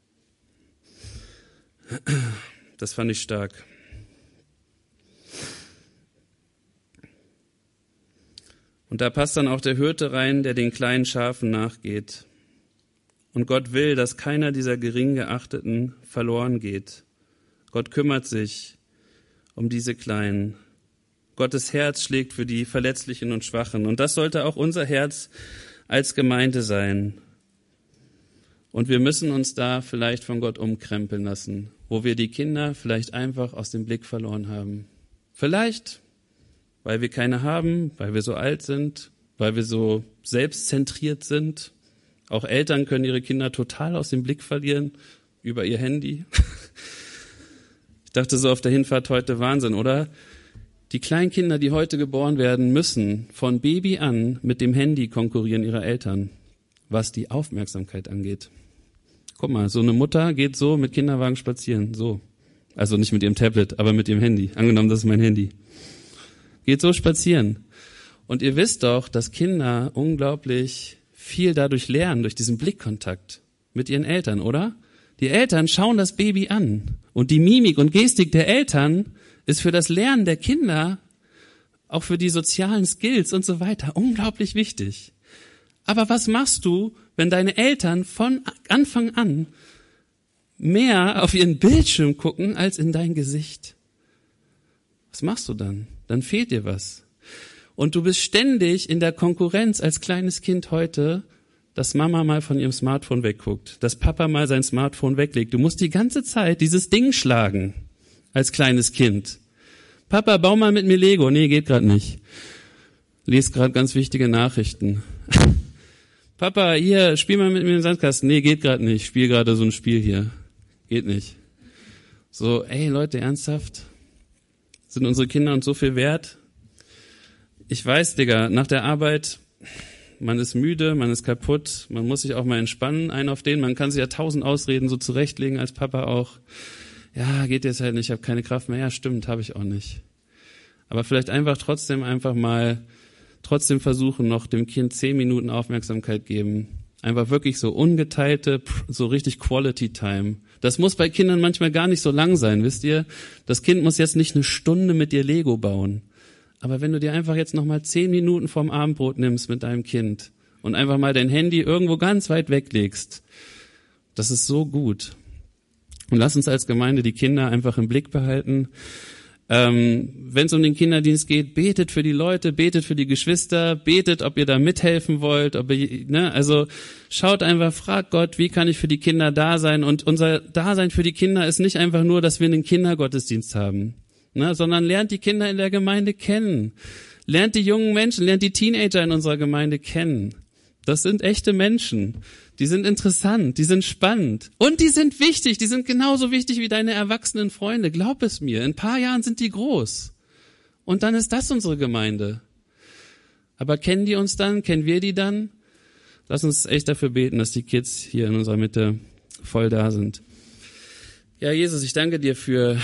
Das fand ich stark. Und da passt dann auch der Hirte rein, der den kleinen Schafen nachgeht. Und Gott will, dass keiner dieser gering geachteten verloren geht. Gott kümmert sich um diese Kleinen. Gottes Herz schlägt für die Verletzlichen und Schwachen. Und das sollte auch unser Herz als Gemeinde sein. Und wir müssen uns da vielleicht von Gott umkrempeln lassen, wo wir die Kinder vielleicht einfach aus dem Blick verloren haben. Vielleicht, weil wir keine haben, weil wir so alt sind, weil wir so selbstzentriert sind. Auch Eltern können ihre Kinder total aus dem Blick verlieren über ihr Handy. Ich dachte so auf der Hinfahrt heute, Wahnsinn, oder? Die kleinen Kinder, die heute geboren werden, müssen von Baby an mit dem Handy konkurrieren ihrer Eltern, was die Aufmerksamkeit angeht. Guck mal, so eine Mutter geht so mit Kinderwagen spazieren, so. Also nicht mit ihrem Tablet, aber mit ihrem Handy. Angenommen, das ist mein Handy. Geht so spazieren. Und ihr wisst doch, dass Kinder unglaublich viel dadurch lernen, durch diesen Blickkontakt mit ihren Eltern, oder? Die Eltern schauen das Baby an. Und die Mimik und Gestik der Eltern ist für das Lernen der Kinder, auch für die sozialen Skills und so weiter, unglaublich wichtig. Aber was machst du, wenn deine Eltern von Anfang an mehr auf ihren Bildschirm gucken als in dein Gesicht? Was machst du dann? Dann fehlt dir was. Und du bist ständig in der Konkurrenz als kleines Kind heute, dass Mama mal von ihrem Smartphone wegguckt, dass Papa mal sein Smartphone weglegt. Du musst die ganze Zeit dieses Ding schlagen als kleines Kind. Papa, bau mal mit mir Lego. Nee, geht gerade nicht. Lies gerade ganz wichtige Nachrichten. Papa, hier, spiel mal mit mir im Sandkasten. Nee, geht gerade nicht. Spiel gerade so ein Spiel hier. Geht nicht. So, ey Leute, ernsthaft? Sind unsere Kinder uns so viel wert? Ich weiß, Digga, nach der Arbeit, man ist müde, man ist kaputt, man muss sich auch mal entspannen, einen auf den, man kann sich ja 1000 Ausreden so zurechtlegen als Papa auch. Ja, geht jetzt halt nicht, ich habe keine Kraft mehr. Ja, stimmt, habe ich auch nicht. Aber vielleicht trotzdem versuchen, noch dem Kind 10 Minuten Aufmerksamkeit geben. Einfach wirklich so ungeteilte, so richtig Quality Time. Das muss bei Kindern manchmal gar nicht so lang sein, wisst ihr? Das Kind muss jetzt nicht eine Stunde mit dir Lego bauen. Aber wenn du dir einfach jetzt nochmal 10 Minuten vorm Abendbrot nimmst mit deinem Kind und einfach mal dein Handy irgendwo ganz weit weglegst, das ist so gut. Und lass uns als Gemeinde die Kinder einfach im Blick behalten. Wenn es um den Kinderdienst geht, betet für die Leute, betet für die Geschwister, betet, ob ihr da mithelfen wollt, also schaut einfach, fragt Gott, wie kann ich für die Kinder da sein? Und unser Dasein für die Kinder ist nicht einfach nur, dass wir einen Kindergottesdienst haben, sondern lernt die Kinder in der Gemeinde kennen. Lernt die jungen Menschen, lernt die Teenager in unserer Gemeinde kennen. Das sind echte Menschen. Die sind interessant, die sind spannend und die sind wichtig. Die sind genauso wichtig wie deine erwachsenen Freunde. Glaub es mir, in ein paar Jahren sind die groß. Und dann ist das unsere Gemeinde. Aber kennen die uns dann? Kennen wir die dann? Lass uns echt dafür beten, dass die Kids hier in unserer Mitte voll da sind. Ja, Jesus, ich danke dir für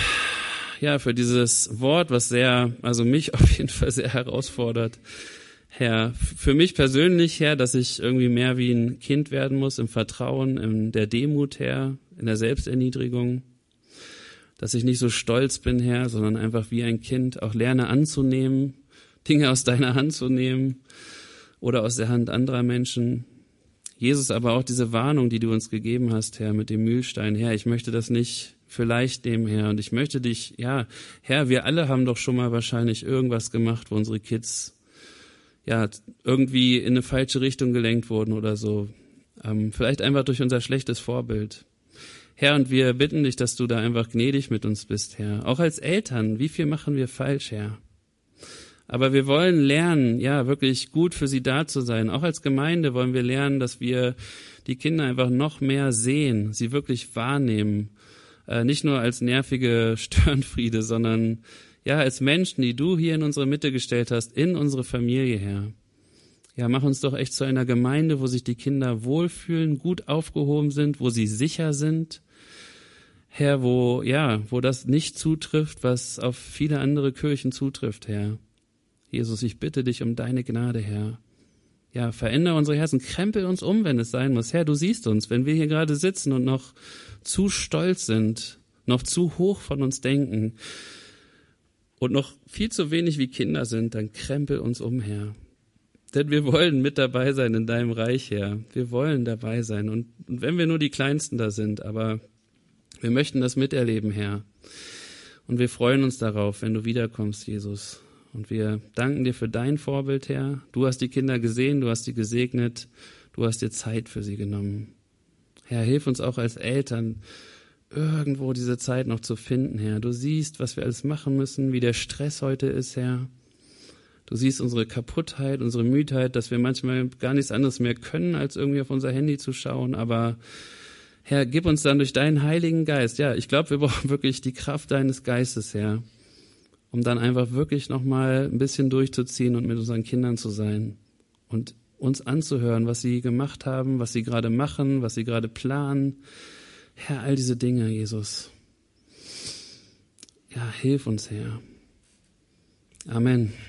dieses Wort, was mich auf jeden Fall sehr herausfordert. Herr, für mich persönlich, Herr, dass ich irgendwie mehr wie ein Kind werden muss, im Vertrauen, in der Demut, Herr, in der Selbsterniedrigung. Dass ich nicht so stolz bin, Herr, sondern einfach wie ein Kind auch lerne anzunehmen, Dinge aus deiner Hand zu nehmen oder aus der Hand anderer Menschen. Jesus, aber auch diese Warnung, die du uns gegeben hast, Herr, mit dem Mühlstein. Herr, ich möchte das nicht für leicht nehmen, Herr. Und ich möchte dich, Herr, wir alle haben doch schon mal wahrscheinlich irgendwas gemacht, wo unsere Kids irgendwie in eine falsche Richtung gelenkt wurden oder so. Vielleicht einfach durch unser schlechtes Vorbild. Herr, und wir bitten dich, dass du da einfach gnädig mit uns bist, Herr. Auch als Eltern, wie viel machen wir falsch, Herr? Aber wir wollen lernen, wirklich gut für sie da zu sein. Auch als Gemeinde wollen wir lernen, dass wir die Kinder einfach noch mehr sehen, sie wirklich wahrnehmen. Nicht nur als nervige Störenfriede, sondern als Menschen, die du hier in unsere Mitte gestellt hast, in unsere Familie, Herr. Ja, mach uns doch echt zu einer Gemeinde, wo sich die Kinder wohlfühlen, gut aufgehoben sind, wo sie sicher sind. Herr, wo das nicht zutrifft, was auf viele andere Kirchen zutrifft, Herr. Jesus, ich bitte dich um deine Gnade, Herr. Ja, verändere unsere Herzen, krempel uns um, wenn es sein muss. Herr, du siehst uns, wenn wir hier gerade sitzen und noch zu stolz sind, noch zu hoch von uns denken, und noch viel zu wenig wie Kinder sind, dann krempel uns um, Herr. Denn wir wollen mit dabei sein in deinem Reich, Herr. Wir wollen dabei sein. Und wenn wir nur die Kleinsten da sind, aber wir möchten das miterleben, Herr. Und wir freuen uns darauf, wenn du wiederkommst, Jesus. Und wir danken dir für dein Vorbild, Herr. Du hast die Kinder gesehen, du hast sie gesegnet, du hast dir Zeit für sie genommen. Herr, hilf uns auch als Eltern, irgendwo diese Zeit noch zu finden, Herr. Du siehst, was wir alles machen müssen, wie der Stress heute ist, Herr. Du siehst unsere Kaputtheit, unsere Müdheit, dass wir manchmal gar nichts anderes mehr können, als irgendwie auf unser Handy zu schauen. Aber Herr, gib uns dann durch deinen Heiligen Geist, ich glaube, wir brauchen wirklich die Kraft deines Geistes, Herr, um dann einfach wirklich nochmal ein bisschen durchzuziehen und mit unseren Kindern zu sein und uns anzuhören, was sie gemacht haben, was sie gerade machen, was sie gerade planen. Herr, all diese Dinge, Jesus. Ja, hilf uns, Herr. Amen.